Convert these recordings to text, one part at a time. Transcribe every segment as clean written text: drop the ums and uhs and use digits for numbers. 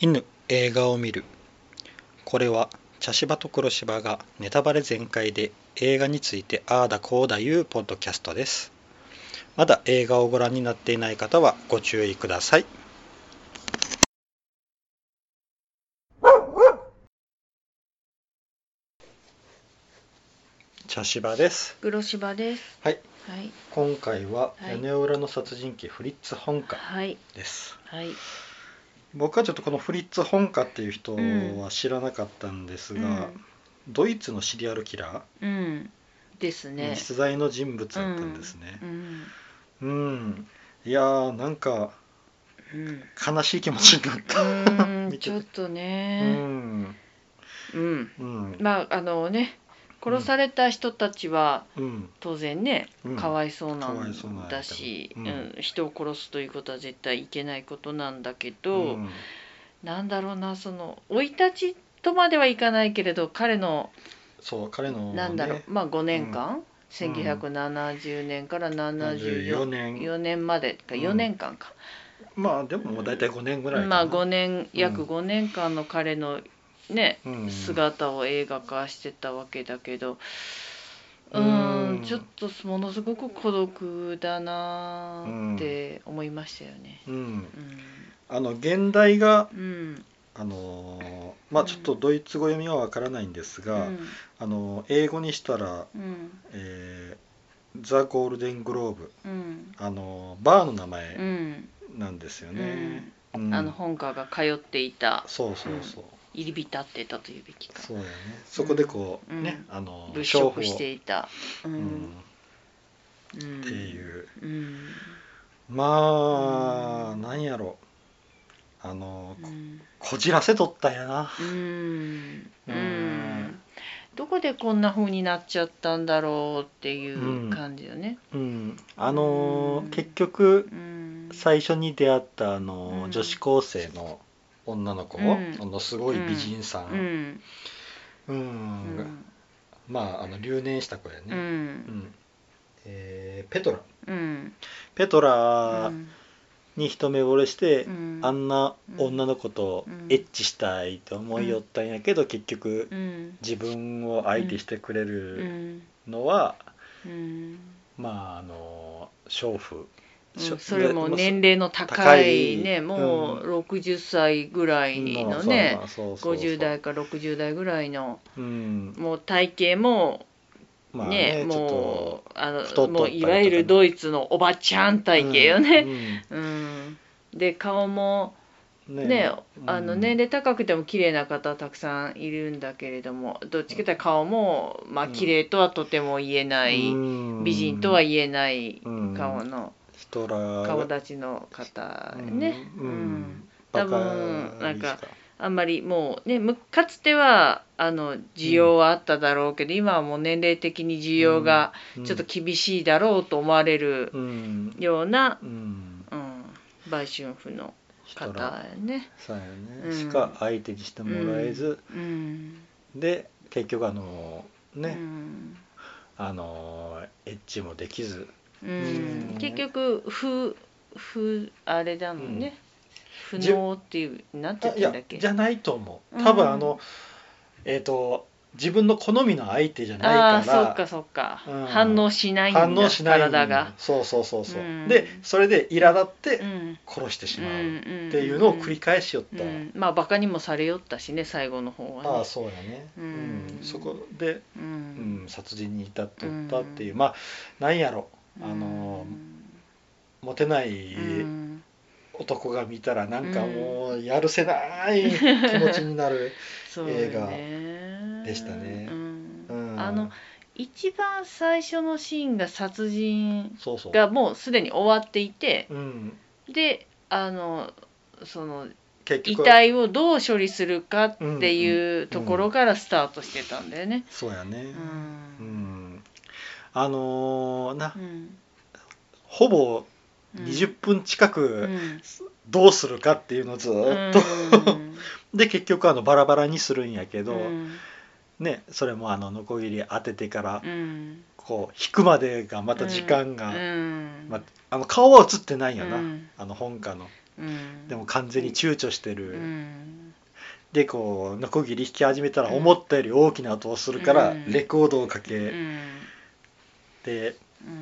犬映画を見る。これは茶芝と黒芝がネタバレ全開で映画についてああだこうだいうポッドキャストです。まだ映画をご覧になっていない方はご注意ください。茶芝です。 黒芝です。 はい、 はい。 今回ははい屋根裏の殺人鬼フリッツ・ホンカはい。 です。 はい。 僕はちょっとこのフリッツ・ホンカっていう人は知らなかったんですが、ドイツのシリアルキラですー、 ね。 実在の人物だったんですね。いやーなんか悲しい気持ちになった見ててちょっとね。まあ殺された人たちは当然ね、かわいそうなんだし、人を殺すということは絶対いけないことなんだけど、なんだろうな、その生い立ちとまではいかないけれど、彼のなんだろう、まあ5年間、1970年から74年までか、4年間か。 まあでももう大体5年ぐらいかな。 まあ5年、約5年間の彼のね、姿を映画化してたわけだけど、ちょっとものすごく孤独だなって思いましたよね。 現代が、まあちょっとドイツ語読みはわからないんですが、英語にしたら、ザ・ゴールデングローブ、バーの名前なんですよね。 本家が通っていた、 そう入り浸ってたというべきか。 そうだよね。そこでこうね、 物色していた、 っていう、まあなんやろ、こじらせとったんやな。 どこでこんな風になっちゃったんだろうっていう感じよね。 結局、最初に出会った女子高生の女の子、すごい美人さん、まあ留年した子やね。ペトラに一目惚れして、あんな女の子とエッチしたいと思いよったんやけど、結局自分を相手してくれるのは、まあ娼婦、 それも年齢の高いね、もう60歳ぐらいのね、50代か60代ぐらいの、もう体型もね、もういわゆるドイツのおばちゃん体型よね。で顔もね、年齢高くても綺麗な方たくさんいるんだけれども、どっちかというと顔もまあ綺麗とはとても言えない、美人とは言えない顔立ちの方ね。多分なんかあんまりもうね、かつては需要はあっただろうけど、今はもう年齢的に需要がちょっと厳しいだろうと思われるような売春婦の方やね。 そうやね。しか相手にしてもらえず、で結局エッチもできず、 結局あれだもんね。不能っていうなんて言うんだっけ。 じゃないと思う。多分自分の好みの相手じゃないから、 そっか、反応しないんだ、体が。 そう、でそれで苛立って殺してしまうっていうのを繰り返しよった。 まあバカにもされよったしね、最後の方はね。 そうやね。そこで殺人に至っとったっていう、まあなんやろ、モテない男が見たらなんかもうやるせない気持ちになる映画でしたね。 一番最初のシーンが殺人がもうすでに終わっていて、でその遺体をどう処理するかっていうところからスタートしてたんだよね。 そうやね。ほぼ20分近くどうするかっていうのをずっとで結局バラバラにするんやけど、ね、それもノコギリ当ててからこう引くまでがまた時間が、顔は映ってないよな、本家のでも完全に躊躇してる、でこうノコギリ引き始めたら思ったより大きな音をするからレコードをかけ、で、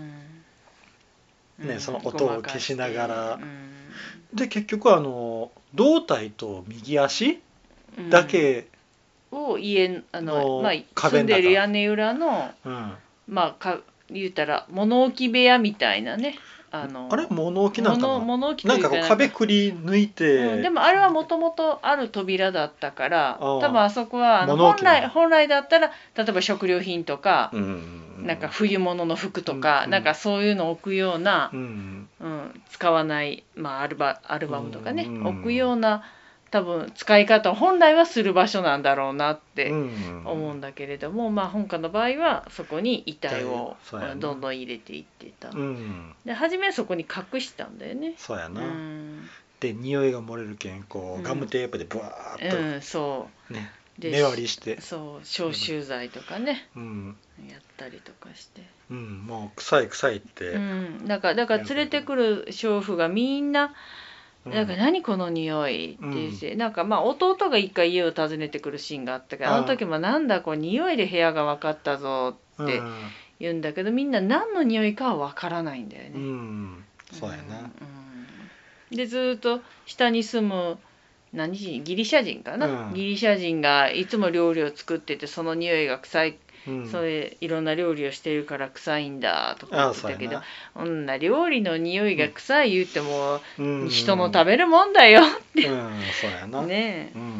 その音を消しながら、で結局胴体と右足だけを家住んでる屋根裏の、言うたら物置部屋みたいなね、 あれ物置なんかな、なんかこう壁くり抜いて、 でもあれはもともとある扉だったから、多分あそこは本来だったら例えば食料品とか、なんか冬物の服とか、なんかそういうのを置くような、使わない、アルバムとかね、置くような多分使い方を本来はする場所なんだろうなって思うんだけれども、本家の場合はそこに遺体をどんどん入れていってた。で初めはそこに隠したんだよね。 そうやな。で匂いが漏れるけんこうガムテープでブワーッと、 そうね、目割りして、 そう消臭剤とかね、やったりとかして、 もう臭いって、 だから連れてくる娼婦がみんななんか何この匂いって言って、なんか弟が一回家を訪ねてくるシーンがあったけど、あの時もなんだこう匂いで部屋が分かったぞって言うんだけど、みんな何の匂いかは分からないんだよね。 そうやな。 でずっと下に住むギリシャ人かな、ギリシャ人がいつも料理を作ってて、その匂いが臭い、それいろんな料理をしてるから臭いんだとか言ってたけど、そんな料理の匂いが臭い言っても、人の食べるもんだよって、 そうやなねえ、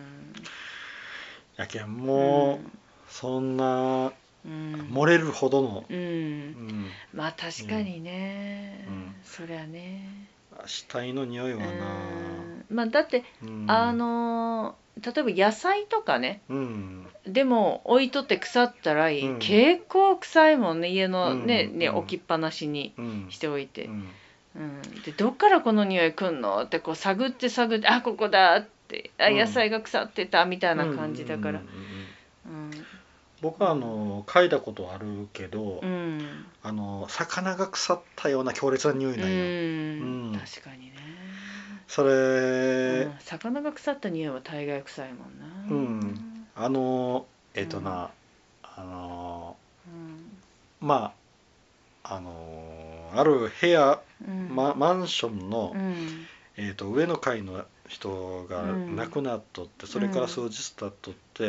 やけんもう、そんな漏れるほどの、 確かにね、そりゃね、 死体の匂いはな、 だって例えば野菜とかね、でも置いとって腐ったら結構臭いもんね、家のね、置きっぱなしにしておいて、でどっからこの匂いくんのってこう探ってあここだって、野菜が腐ってたみたいな感じだから、 僕は嗅いだことあるけど、魚が腐ったような強烈な匂いなんよ。 確かにね。 それ、 魚が腐った匂いは大概臭いもんな。 ある部屋、マンションの、上の階の人が亡くなっとって、それから数日経っとって、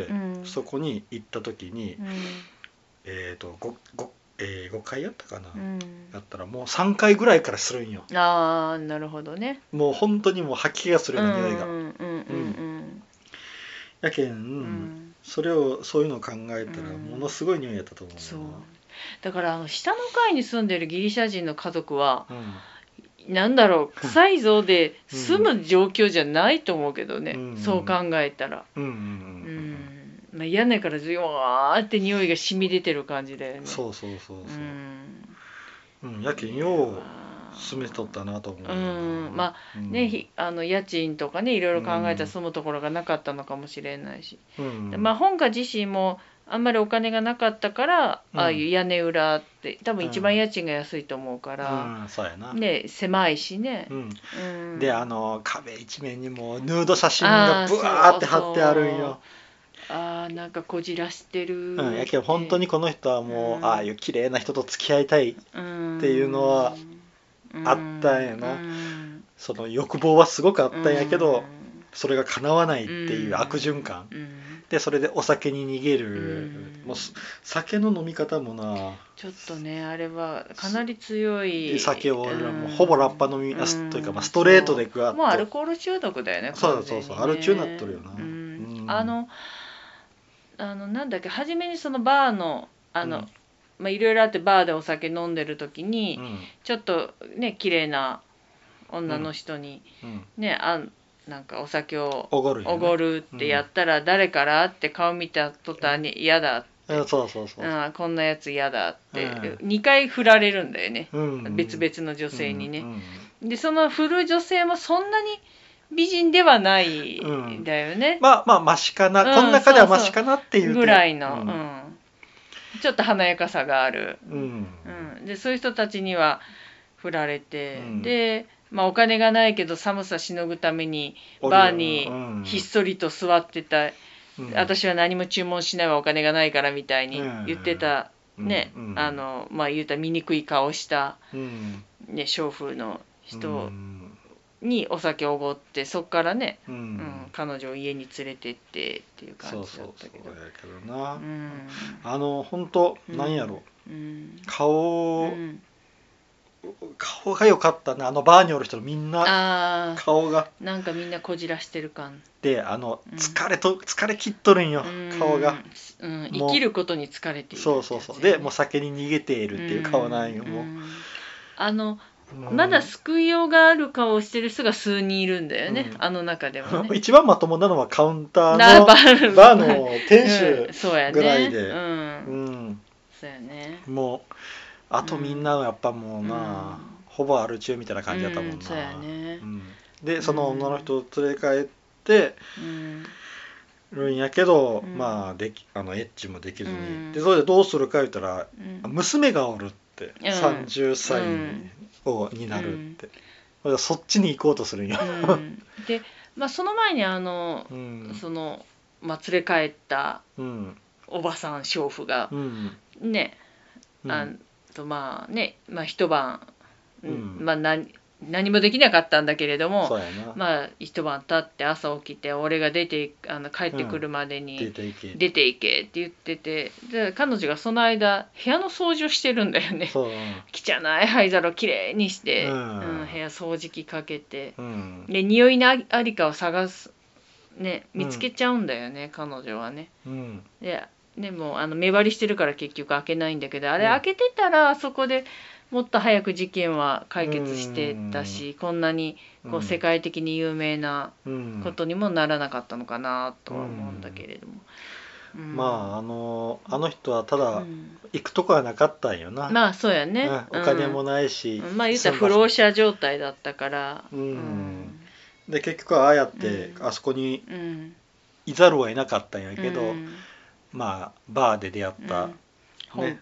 そこに行った時に、5回やったかな、やったらもう3回ぐらいからするんよ。 なるほどね。 もう本当にもう吐き気がするような匂いが。やけん、そういうのを考えたらものすごい匂いやったと思う。 そうだから下の階に住んでるギリシャ人の家族は、なんだろう、臭いぞで住む状況じゃないと思うけどね、そう考えたら。屋根からずわーって匂いが染み出てる感じだよね。 そう。やけんよう住めとったなと思う。 家賃とかね、いろいろ考えたら住むところがなかったのかもしれないし、本家自身もあんまりお金がなかったから、ああいう屋根裏って多分一番家賃が安いと思うから、 そうやな。 狭いしね。 で壁一面にもヌード写真がブワーって貼ってあるんよ。 なんかこじらしてる。 やけど本当にこの人はもう、ああいう綺麗な人と付き合いたいっていうのはあったんやな。その欲望はすごくあったんやけど、それが叶わないっていう悪循環。でそれでお酒に逃げる、もう酒の飲み方もな、 ちょっとね、あれはかなり強い酒をもうほぼラッパ飲みというか、ストレートでグワッと、 もうアルコール中毒だよね。 そうアル中になっとるよな。 なんだっけ、初めにそのバーのいろいろあってバーでお酒飲んでる時に、ちょっとね綺麗な女の人にね、なんかお酒をおごるってやったら、誰からって顔見た途端に嫌だって、こんなやつ嫌だって2回振られるんだよね、別々の女性にね。でその振る女性もそんなに美人ではないんだよね。 マシかな、この中ではマシかなっていうぐらいの、ちょっと華やかさがある。でそういう人たちには振られて、でまあお金がないけど寒さしのぐためにバーにひっそりと座ってた、私は何も注文しないわお金がないからみたいに言ってたね、まあ言うたら醜い顔した、ね、娼婦の人にお酒をおごって、そっからね、彼女を家に連れてってっていう感じだったけど。そうやけどな、本当なんやろ、顔が良かったね。バーにおる人のみんな顔がなんかみんなこじらしてる感で、疲れきっとるんよ、顔が、 生きることに疲れている、 そうでもう酒に逃げているっていう顔なんよ、もうまだ救いようがある顔をしてる人が数人いるんだよね、あの中でもね。 一番まともなのはカウンターのバーの店主ぐらいで、 そうやね。 もうあとみんなはやっぱもうな、ほぼアル中みたいな感じだったもんな。 そうやね。 でその女の人を連れ帰ってるんやけど、まあエッチもできずに、でそれでどうするか言ったら、娘がおるって、30歳になるって、そっちに行こうとするんよ。 で、まあ、その前にその、まあ、連れ帰ったおばさん娼婦が、ね、まあね、まあ、一晩、まあ何もできなかったんだけれども、まあ一晩経って朝起きて、俺が帰ってくるまでに出ていけって言ってて、で彼女がその間部屋の掃除をしてるんだよね。汚い灰皿をきれいにして、部屋掃除機かけて、で匂いのありかを探すね、見つけちゃうんだよね、彼女はね。でも目張りしてるから結局開けないんだけど、あれ開けてたらそこでもっと早く事件は解決してたし、こんなにこう世界的に有名なことにもならなかったのかなとは思うんだけれども、 まああの人はただ行くとこはなかったんよな。 まあそうやね、 お金もないし、 まあ言ったら不老者状態だったから、 で結局ああやってあそこにいざるを得なかったんやけど、まあバーで出会ったね、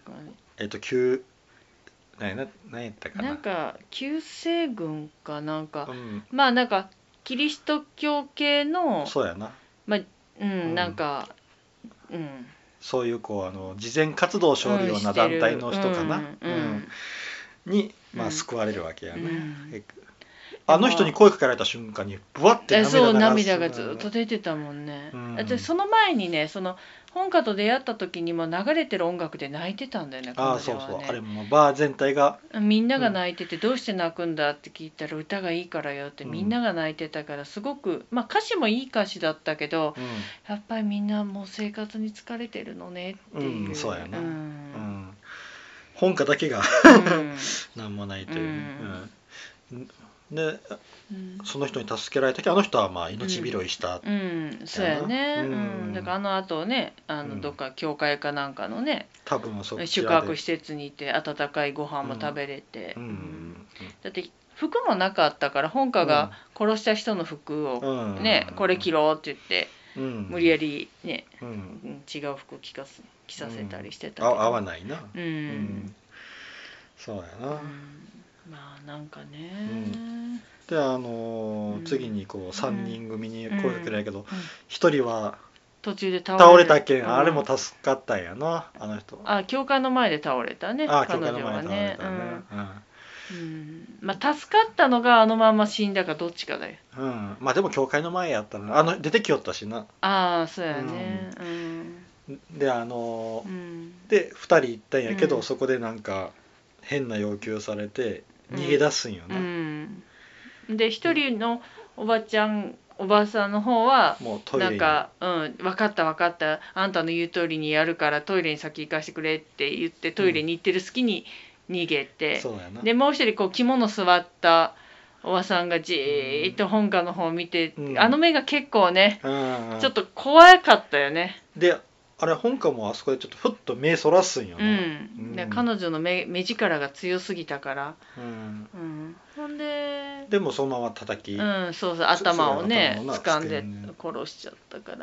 何やったかな、 なんか旧西軍かなんか、まあなんかキリスト教系の、 そうやな、 まあなんかそういうこう慈善活動をしょるような団体の人かな、にまあ救われるわけやね。あの人に声かけられた瞬間にブワッて涙がずっと出てたもんね。その前にね、その本家と出会った時にも流れてる音楽で泣いてたんだよね、彼女はね。 そうあれもバー全体がみんなが泣いてて、どうして泣くんだって聞いたら、歌がいいからよって、みんなが泣いてたから、すごくまあ歌詞もいい歌詞だったけど、やっぱりみんなもう生活に疲れてるのねっていう。 そうやな、本家だけがなんもないという、でその人に助けられたけど、あの人はまあ命拾いした、 そうやね、だからあの後ね、どっか教会かなんかのね、 多分宿泊施設にいて温かいご飯も食べれて、だって服もなかったから、本家が殺した人の服をね、これ着ろって言って、無理やりね、違う服着させたりしてたけど、 合わないな。そうやな。 まあなんかね。 で次にこう3人組に声かけられるけど、1人は途中で倒れたけん、あれも助かったんやな、あの人。 教会の前で倒れたね、彼女はね。まあ助かったのがあのまま死んだかどっちかだよ。 まあでも教会の前やったら出てきよったしな。 そうやね。 でで2人行ったんやけど、そこでなんか変な要求されて逃げ出すんよな。 で一人のおばさんの方はもうトイレになんか分かったあんたの言う通りにやるからトイレに先行かしてくれって言ってトイレに行ってる隙に逃げて、でもう一人こう肝の座ったおばさんがじーっと本家の方を見て、あの目が結構ね、ちょっと怖かったよね。 であれ本家もあそこでちょっとふっと目そらすんよな、彼女の目力が強すぎたから、ほんでもそのまま叩き、 頭をね掴んで殺しちゃったから、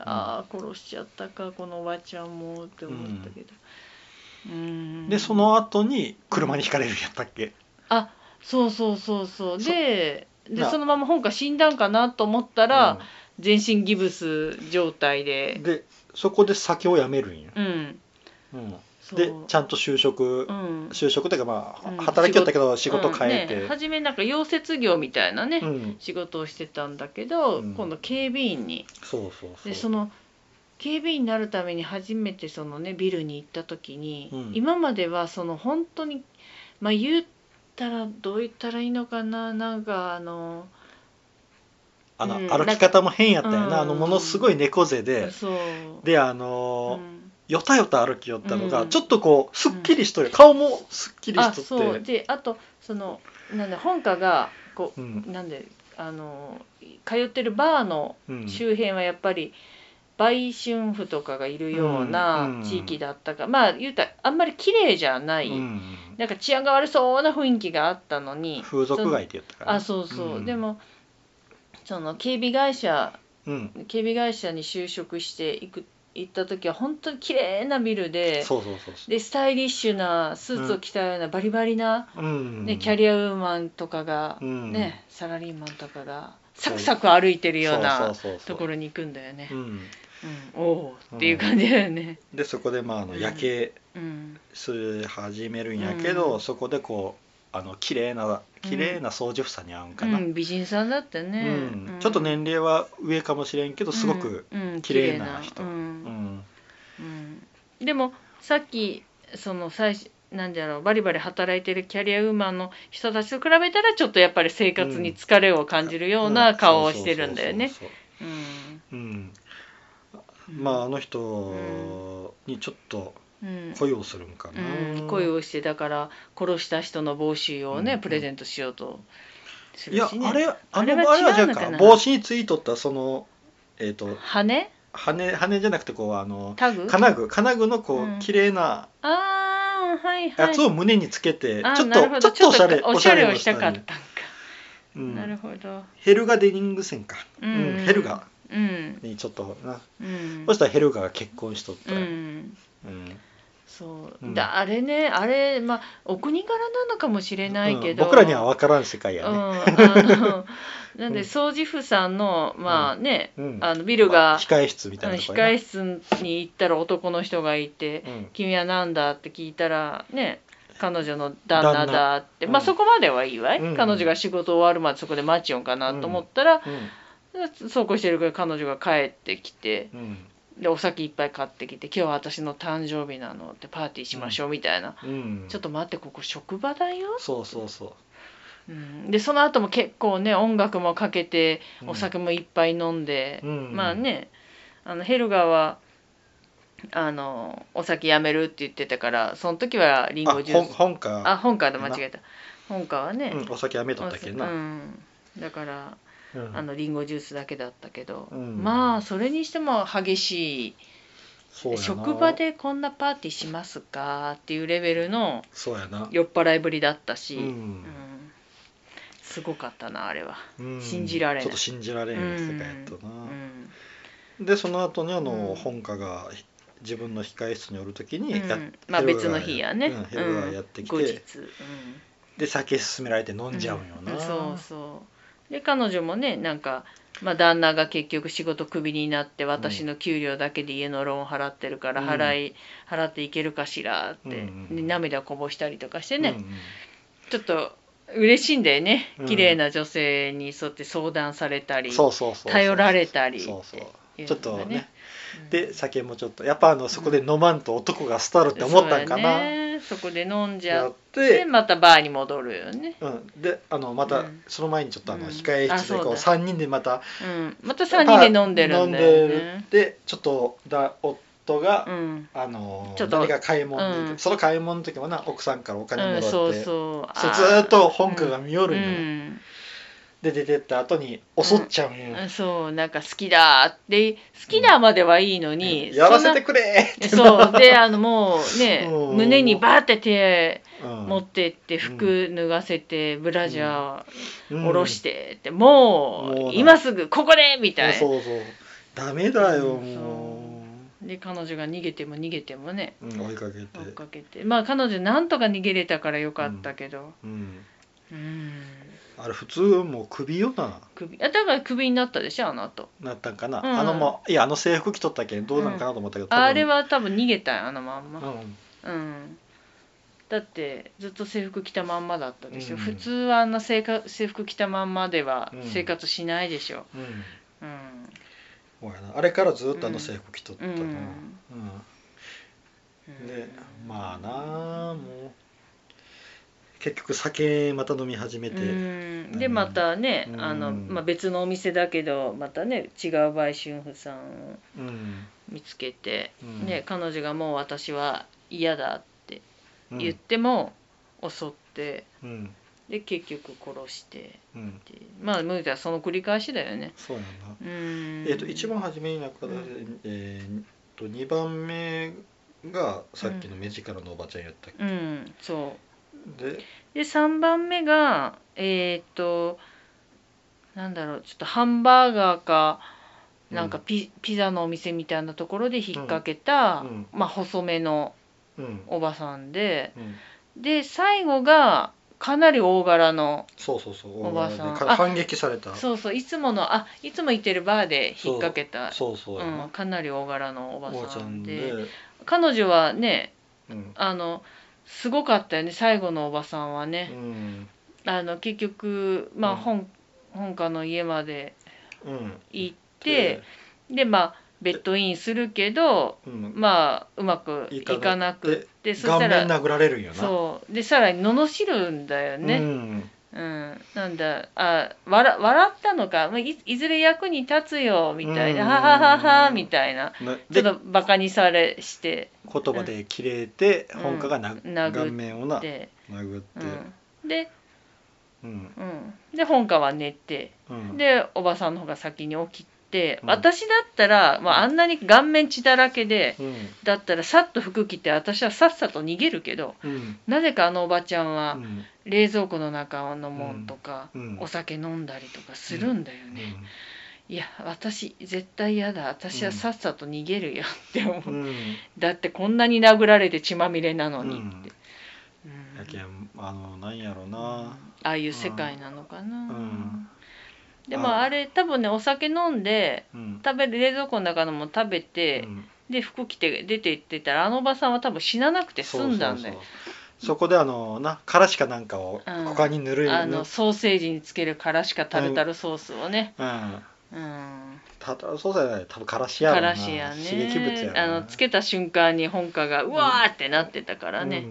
殺しちゃったかこのおばちゃんもって思ったけど、 でその後に車にひかれるやったっけ。 そうででそのまま本家死んだんかなと思ったら、全身ギブス状態でそこで酒をやめるんや。でちゃんと就職というかまあ働きよったけど仕事変えて、 初めなんか溶接業みたいなね、仕事をしてたんだけど、今度警備員に。でその警備員になるために初めてそのねビルに行った時に、今まではその本当にまあ言ったらどう言ったらいいのかな、なんか歩き方も変やったよな、ものすごい猫背で、でよたよた歩きよったのが、ちょっとこうすっきりしとる、顔もすっきりしとって、 そうで、あとそのなんだ本家がこう、なんで通ってるバーの周辺はやっぱり売春婦とかがいるような地域だったから、まあ言うたらあんまり綺麗じゃない、なんか治安が悪そうな雰囲気があったのに、 風俗街って言ったから、 そう、でもその警備会社に就職して行った時は本当に綺麗なビルで、でスタイリッシュなスーツを着たようなバリバリな、キャリアウーマンとかが、サラリーマンとかがサクサク歩いてるようなところに行くんだよね。おおっていう感じだよね。 でそこでまあ夜景し始めるんやけど、そこでこう綺麗な掃除婦さんに会うんかな、 美人さんだったね、 ちょっと年齢は上かもしれんけどすごく綺麗な人、 でもさっきそのなんだろう、バリバリ働いてるキャリアウーマンの人たちと比べたらちょっとやっぱり生活に疲れを感じるような顔をしてるんだよね。 まああの人にちょっと恋をするんかな、 恋をして、だから殺した人の帽子をね、プレゼントしようとするし、ね、 いやあれはじゃあ帽子についとったその羽じゃなくてこうタグ金具のこう綺麗なやつを胸につけて、ちょっとおしゃれをしたかったんか、なるほど。ヘルガ・デニングセンか、ヘルガにちょっとな、そしたらヘルガが結婚しとった、 そう、あれね、まあお国柄なのかもしれないけど、 僕らには分からん世界やね、 なんで掃除婦さんのまあね、ビルが控え室みたいなところ、 控え室に行ったら男の人がいて、君は何だって聞いたらね、彼女の旦那だって、まあそこまではいいわい、彼女が仕事終わるまでそこで待ちよんかなと思ったら、そうこうしてるから彼女が帰ってきて、でお酒いっぱい買ってきて、今日は私の誕生日なのってパーティーしましょうみたいな、ちょっと待って、ここ職場だよ、でその後も結構ね音楽もかけてお酒もいっぱい飲んで、まあね、ヘルガはお酒やめるって言ってたから、その時はリンゴジュース、本家で間違えた、本家はね、 お酒やめとったっけな、 だからリンゴジュースだけだったけど、まあそれにしても激しい、職場でこんなパーティーしますかっていうレベルの酔っ払いぶりだったし、すごかったなあれは、信じられない、 ちょっと信じられん世界やったな、でその後に本家が自分の控え室におる時に、 まあ別の日やね、 ヘルガがやってきて、で酒勧められて飲んじゃうんよな、 で彼女もね、なんか、まあ、旦那が結局仕事クビになって私の給料だけで家のローン払ってるから払っていけるかしらって、涙こぼしたりとかしてね、ちょっと嬉しいんだよね、綺麗な女性にそうやって相談されたり、頼られたり、ちょっとね、で酒もちょっとやっぱそこで飲まんと男が廃るって思ったんかな、 そこで飲んじゃってまたバーに戻るよね、 でまたその前にちょっと控え室でこう3人でまた 3人で飲んでるんだよね、 でちょっと夫が何か買い物に、その買い物の時もな奥さんからお金もらって、ずっと本家が見よるんよね、で出てった後に襲っちゃうんよ、 そうなんか好きだって好きだまではいいのに、 やらせてくれってそうでもうね胸にバーって手持ってって服脱がせてブラジャー下ろしてってもう今すぐここでみたいな、 ダメだよもうで彼女が逃げてもね追いかけてまあ彼女なんとか逃げれたからよかったけど、 あれ普通もう首よな。 だから首になったでしょあの後。 なったんかな、いや制服着とったけんどうなんかなと思ったけど、 あれは多分逃げたんあのまんま。 うんだってずっと制服着たまんまだったでしょ、普通はあんな制服着たまんまでは生活しないでしょ。 あれからずっと制服着とったな。でまあなもう結局酒また飲み始めて、 でまたね別のお店だけどまたね違う売春婦さんを見つけて、彼女がもう私は嫌だって言っても襲って、で結局殺して、まあ無理だその繰り返しだよね。 そうやな。一番初めに中で、2番目がさっきの目力のおばちゃんやったっけ。 そうで3番目がなんだろうちょっとハンバーガーかなんかピザのお店みたいなところで引っ掛けた、まあ細めのおばさんで、で最後がかなり大柄のおばさん。 反撃された。 そういつも行ってるバーで引っ掛けたかなり大柄のおばさんで、彼女はねすごかったよね最後のおばさんはね。結局まあ本家の家まで行って、でまあベッドインするけど、まあうまくいかなくって、 そしたら顔面殴られるんよな。 そうでさらに罵るんだよね。なんだ笑ったのか、いずれ役に立つよみたいな、ははははみたいな、ちょっとバカにして言葉でキレて本家が顔面を殴って、 で本家は寝て、でおばさんの方が先に起きて、私だったら、あんなに顔面血だらけで、だったらさっと服着て私はさっさと逃げるけど、なぜかあのおばちゃんは冷蔵庫の中のもんとか、お酒飲んだりとかするんだよね。いや私絶対嫌だ、私はさっさと逃げるよって思う、だってこんなに殴られて血まみれなのにって。 やけんなんやろな、 ああいう世界なのかな。でもあれ多分ねお酒飲んで冷蔵庫の中のも食べて、で服着て出て行ってたらあのおばさんは多分死ななくて済んだんだよ。 そこでからしかなんかを他に塗るソーセージにつけるからしかタルタルソースをね、 タルタルソースじゃない多分からしやろな。 からしやね。刺激物やな。つけた瞬間に本家がうわーってなってたからね。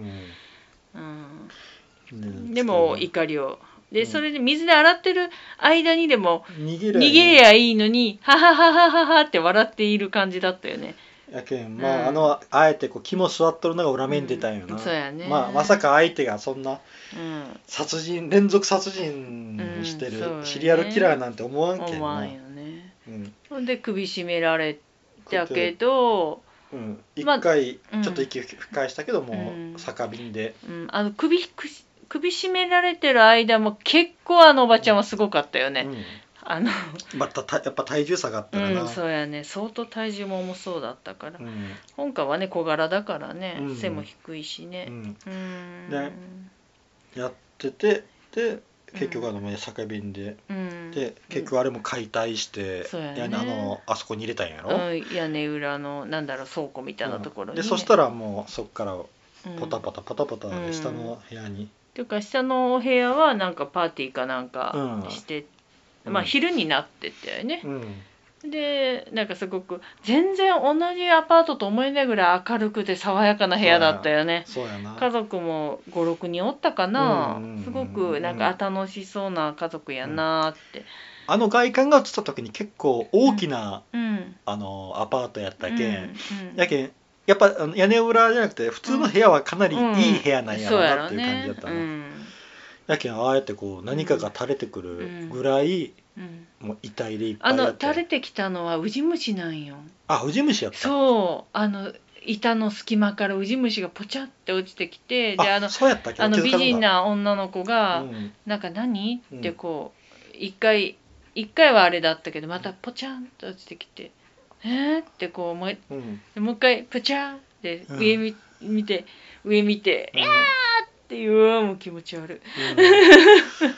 でも怒りをで、それで水で洗ってる間にでも逃げりゃいいのにハハハハハハって笑っている感じだったよね。 やけんあえて肝座っとるのが裏面出たんよな。 そうやね。 まさか相手がそんな連続殺人してるシリアルキラーなんて思わんけんな。 思わんよね。ほんで首絞められたけど、 一回ちょっと息吹き返したけども酒瓶で。 首絞められてる間も結構あのおばちゃんはすごかったよね。 やっぱ体重差があったらな。 そうやね。相当体重も重そうだったから。本家はね小柄だからね、背も低いしね。 でやっててで結局酒瓶で、で結局あれも解体して、あそこに入れたんやろ。 屋根裏のなんだろう倉庫みたいなところに。 でそしたらもうそっからポタポタ下の部屋に。 っていうか下のお部屋はなんかパーティーかなんかして、昼になってたよね。でなんかすごく全然同じアパートと思えないぐらい明るくて爽やかな部屋だったよね。家族も56人おったかな。すごくなんか楽しそうな家族やなって。 外観が映った時に結構大きなアパートやったけん、やっぱ屋根裏じゃなくて普通の部屋はかなりいい部屋なんやろうなっていう感じだったな。やけんああやって何かが垂れてくるぐらい、もう遺体でいっぱいやって。 垂れてきたのはウジ虫なんよ。 ウジ虫やった。 そう板の隙間からウジ虫がポチャって落ちてきて、でそうやったっけ。 美人な女の子がなんか何ってこう一回はあれだったけどまたポチャンと落ちてきて。ってこうもう一回プチャーって上見て「いやー!」っていうもう気持ち悪い。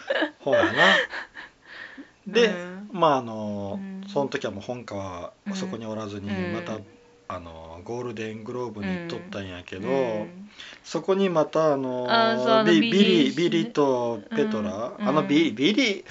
ほうやな。で、まあその時はもう本家はそこにおらずにまたゴールデングローブに行っとったんやけど、そこにまたビリとペトラ、ビリ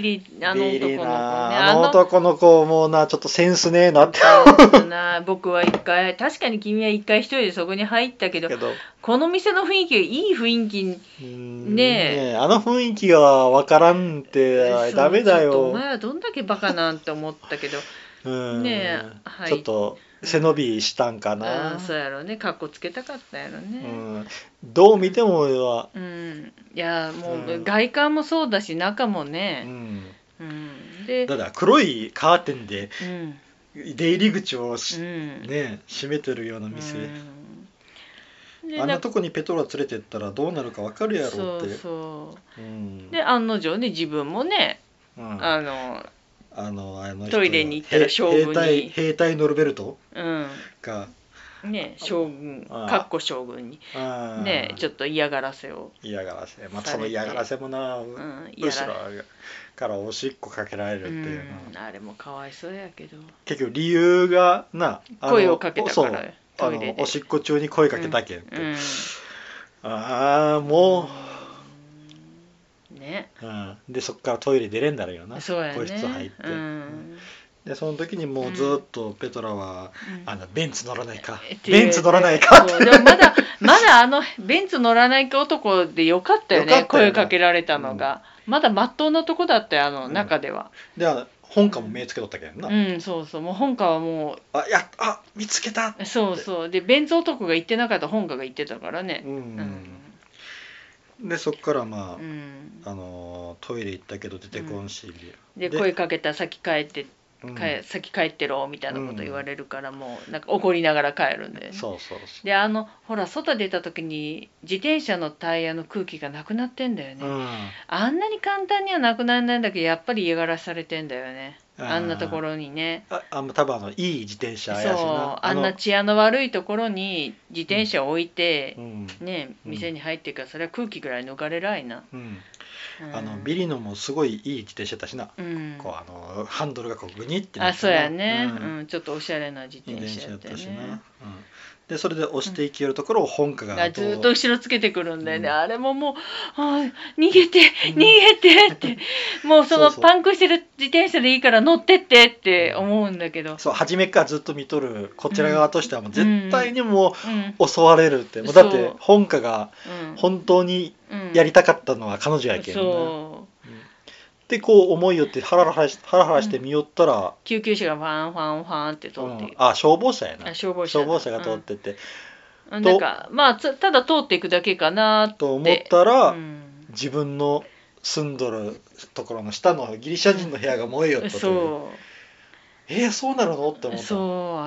な、男の子もなちょっとセンスねえなって僕は一回、確かに君は一回一人でそこに入ったけど、この店の雰囲気がいい雰囲気ねえ、あの雰囲気が分からんってダメだよ。 お前はどんだけバカなんて思ったけどねえ、 ちょっと背伸びしたんかな。 そうやろね、かっこつけたかったやろね。 どう見てもは、 いやもう外観もそうだし中もね、 でだから黒いカーテンで出入り口をね閉めてるような店、あんなとこにペトラ連れてったらどうなるか分かるやろって。 で案の定ね、自分もね、トイレに行ったら将軍に兵隊ノルベルトがね、将軍かっこ将軍にねちょっと嫌がらせ、 まあその嫌がらせもな、後ろからおしっこかけられるっていうあれもかわいそうやけど、 結局理由がな声をかけたからトイレでおしっこ中に声かけたけんって、もうね、 でそっからトイレ出れんだろうよな、 そうやね、 個室入って、でその時にもうずっとペトラはベンツ乗らないか、ベンツ乗らないかって、 でもまだベンツ乗らないか男でよかったよね、声かけられたのが、まだまっとうなとこだったよ、中では。 で本家も目つけとったけどな。 そうそう、もう本家はもう見つけた。 そうでベンツ男が言ってなかった本家が言ってたからね。 でそっからまあトイレ行ったけど出てこんし、 で声かけたら先帰ってろみたいなこと言われるから、もうなんか怒りながら帰るんで、でほら外出た時に自転車のタイヤの空気がなくなってんだよね、あんなに簡単にはなくならないんだけど、やっぱり嫌がらせされてんだよね、あんなところにね。 多分いい自転車やしな、 あんな治安の悪いところに自転車を置いてね店に入ってるから、それは空気ぐらい抜かれらいな。 ビリのもすごいいい自転車だしな、こうハンドルがこうグニってなって、 そうやね、ちょっとおしゃれな自転車やったしな。 でそれで押していけるところを本家がずっと後ろつけてくるんだよね、あれももう逃げてってもうそのパンクしてる自転車でいいから乗ってってって思うんだけど、 初めからずっと見とるこちら側としてはもう絶対にもう襲われるって、もうだって本家が本当にやりたかったのは彼女やけんね。でこう思いよってハラハラして見よったら、 救急車がファンファンファンって通っている、 消防車やな、 消防車が通ってて、 なんかまあただ通っていくだけかなと思ったら、自分の住んどるところの下のギリシャ人の部屋が燃えよったという、そうなるのって思った。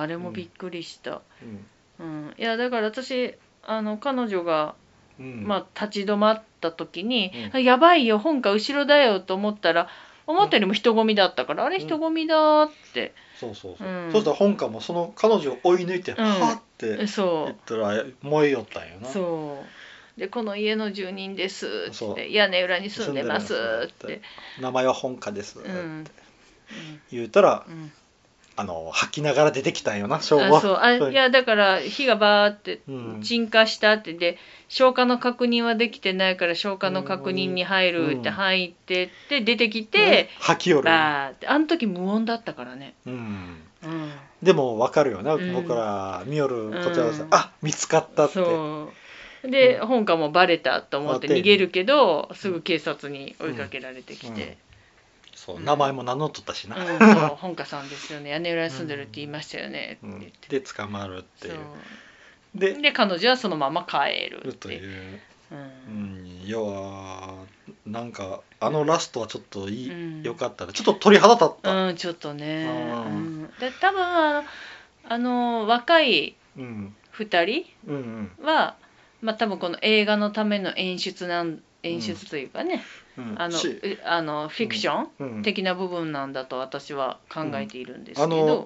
あれもびっくりした。いやだから私彼女が立ち止まった時に、やばいよ本家後ろだよと思ったら、思ったよりも人混みだったから、あれ人混みだって、 そうしたら本家もその彼女を追い抜いて、はって言ったら燃えよったんよな。 でこの家の住人ですって屋根裏に住んでますって、 名前は本家ですって言うたら、吐きながら出てきたんよな、消防。 いやだから火がバーって鎮火したって、で消火の確認はできてないから消火の確認に入るって入ってって出てきて、 吐きよるバーって、あの時無音だったからね。 でも分かるよな、僕ら見よるこちらはさ、見つかったって。 で本家もバレたと思って逃げるけど、すぐ警察に追いかけられてきて、 名前も名乗っとったしな、 本家さんですよね、屋根裏に住んでるって言いましたよねって言って、 で捕まるっていう、 で彼女はそのまま帰るという、要はなんかラストはちょっと良かったね、ちょっと鳥肌立った、 ちょっとね、で多分若い2人は、多分この映画のための演出というかね、フィクション的な部分なんだと私は考えているんですけど、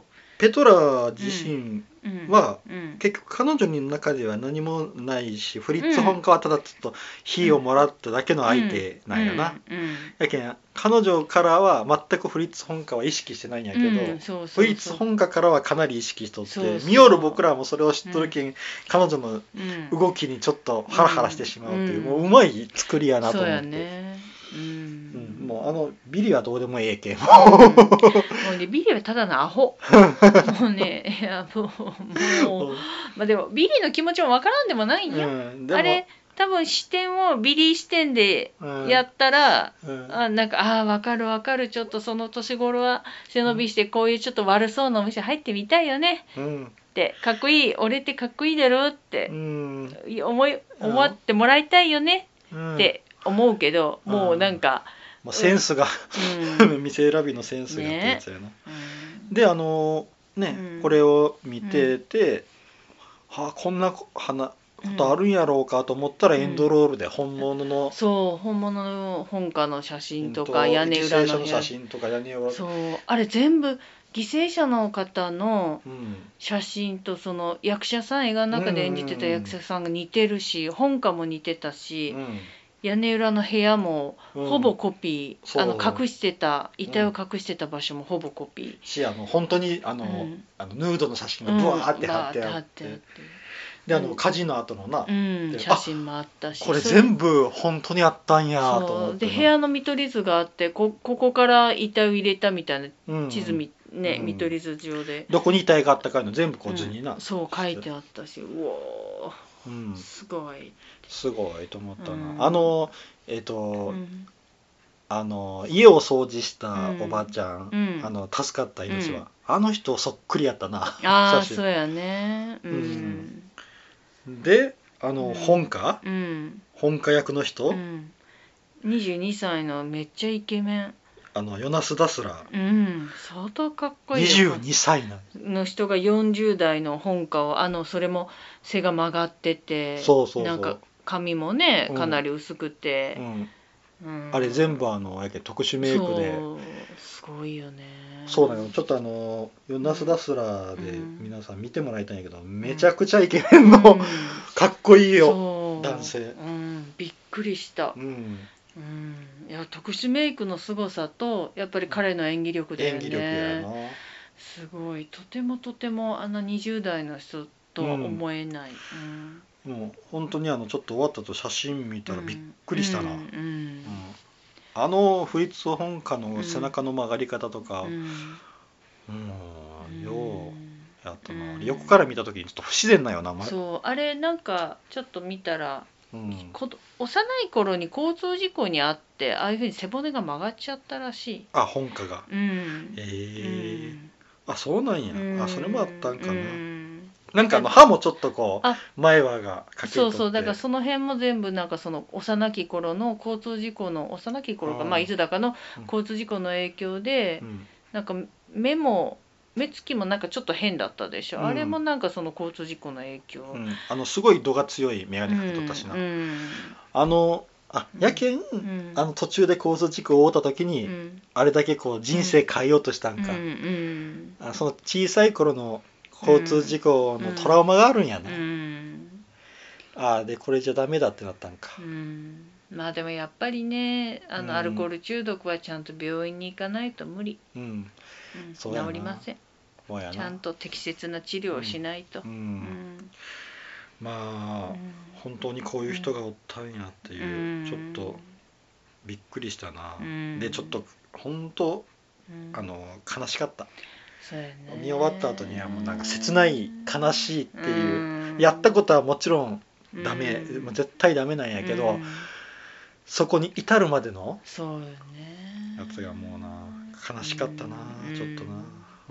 ペトラ自身は、結局彼女の中では何もないし、フリッツ・ホンカはただちょっと火をもらっただけの相手なんやな。やけん彼女からは全くフリッツ・ホンカは意識してないんやけど、フリッツ・ホンカからはかなり意識しとって、見よる僕らもそれを知っとるけん、彼女の動きにちょっとハラハラしてしまうという、もううまい作りやなと思って。もうビリはどうでもええけん、もうね、ビリはただのアホもうね、いやもうまあでもビリの気持ちもわからんでもないんよ、あれ多分視点をビリー視点でやったら、なんかわかるわかる、ちょっとその年頃は背伸びしてこういうちょっと悪そうなお店入ってみたいよね、ってかっこいい、俺ってかっこいいだろって、思ってもらいたいよねって思うけど、もうなんかセンスが、店選びのセンスがってやつやな。でこれを見てて、こんなことあるんやろうかと思ったら、エンドロールで本物の、 本物の本家の写真とか屋根裏の写真とか屋根裏、 あれ全部犠牲者の方の写真と、その役者さん、映画の中で演じてた役者さんが似てるし、本家も似てたし、屋根裏の部屋もほぼコピー、隠してた遺体を隠してた場所もほぼコピー、 本当にヌードの写真がブワーって貼ってあって、で火事の後の写真もあったし、 これ全部本当にあったんやと思って、 で部屋の見取り図があって、ここから遺体を入れたみたいな地図見取り図上でどこに遺体があったかいうの全部図にそう書いてあったし、うおー、すごいと思ったな。家を掃除したおばあちゃん、助かった命は、あの人そっくりやったな。 そうやね。 で本家役の人、 22歳のめっちゃイケメン、 ヨナス・ダスラー、相当かっこいい 22歳の人が40代の本家を、それも背が曲がってて、なんか髪もねかなり薄くて、 あれ全部特殊メイクで、 すごいよね。 そうなの。ちょっとヨナス・ダスラで皆さん見てもらいたいんやけど、めちゃくちゃイケメンのかっこいいよ男性。 びっくりした。いや、特殊メイクの凄さとやっぱり彼の演技力だよね。演技力やな。すごい、とても20代の人とは思えない。 もう本当にちょっと終わったと写真見たらびっくりしたな。フリッツ・ホンカの背中の曲がり方とか、ようやったな。横から見た時にちょっと不自然なよな。 あれなんかちょっと見たら、幼い頃に交通事故に遭って、ああいうふうに背骨が曲がっちゃったらしい。 本家が。そうなんや。それもあったんかな。なんか歯もちょっと前歯が欠けとって、 だからその辺も全部なんかその幼き頃の交通事故の、幼き頃かいつだかの交通事故の影響で、なんか目つきもなんかちょっと変だったでしょ、あれもなんかその交通事故の影響、 すごい度が強い眼鏡かけとったしな、やけん、途中で交通事故を負った時に、あれだけ人生変えようとしたんか、その小さい頃の交通事故のトラウマがあるんやな、でこれじゃダメだってなったんか。 まあでもやっぱりね、アルコール中毒はちゃんと病院に行かないと無理、治りません。ちゃんと適切な治療をしないと。 まあ本当にこういう人がおったんやっていう、ちょっとびっくりしたな。でちょっと本当悲しかった。見終わった後にはもうなんか切ない悲しいっていう、やったことはもちろんダメ、絶対ダメなんやけど、そこに至るまでのやつがもうな悲しかったな、ちょっとな。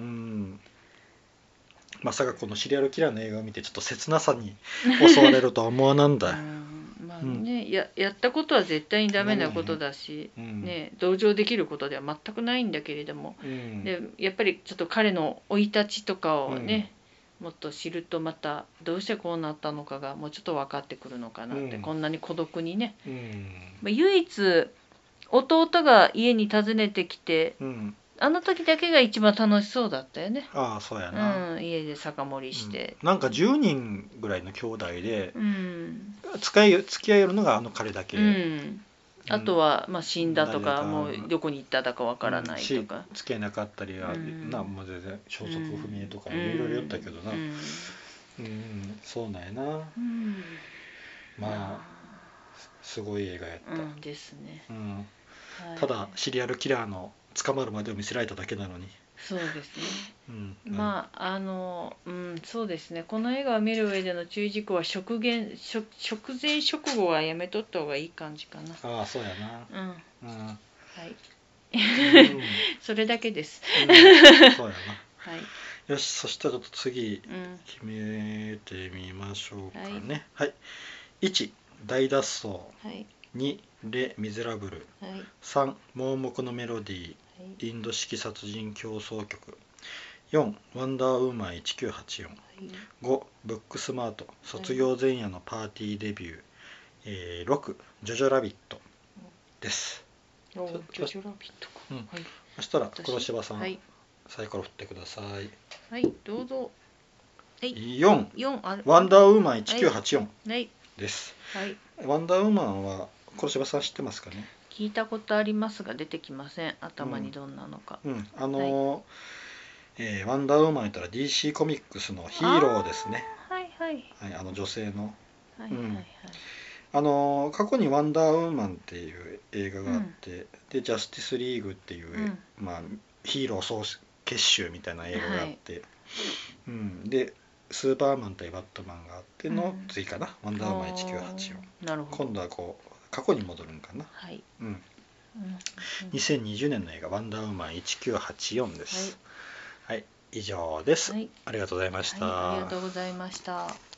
まさかこのシリアルキラーの映画を見てちょっと切なさに襲われるとは思わなんだ。 やったことは絶対にダメなことだし、同情できることでは全くないんだけれども、でやっぱりちょっと彼の生い立ちとかをね、もっと知るとまたどうしてこうなったのかがもうちょっと分かってくるのかなって、こんなに孤独にね、唯一弟が家に訪ねてきて、 あの時だけが一番楽しそうだったよね。 ああ、そうやな、 家で酒盛りして、 なんか10人ぐらいの兄弟で、付き合えるのがあの彼だけ、 あとは、死んだとかもうどこに行っただかわからないとか、 付けなかったりは、もう全然消息不明とかいろいろ言ったけどな、そうなんやな、まあすごい映画やった、 ですね、 ただシリアルキラーの捕まるまでを見せられただけなのに。 そうですね、そうですね、この映画を見る上での注意事項は食前食後はやめとった方がいい感じかな。 ああ、そうやな、 はい、それだけです。 そうやな、よし、そしたらちょっと次決めてみましょうかね。1、大脱走、2、レ・ミゼラブル、3、盲目のメロディー、インド式殺人競争曲、4、ワンダーウーマン1984、5、ブックスマート、卒業前夜のパーティーデビュー、6、ジョジョラビットです。 ジョジョラビットか。 そしたら黒柴さん、サイコロ振ってください。 はい、どうぞ。 4、ワンダーウーマン1984です。ワンダーウーマンは黒柴さん知ってますかね。 聞いたことありますが出てきません、頭にどんなのか。 ワンダーウーマン言ったら DC コミックスのヒーローですね。女性の。過去にワンダーウーマンっていう映画があって、でジャスティスリーグっていう、ヒーロー総結集みたいな映画があって、でスーパーマン対バットマンがあっての次かな、ワンダーウーマン1984。今度はこう過去に戻るんかな。2020年の映画ワンダーウーマン1984です。以上です。ありがとうございました。 ありがとうございました。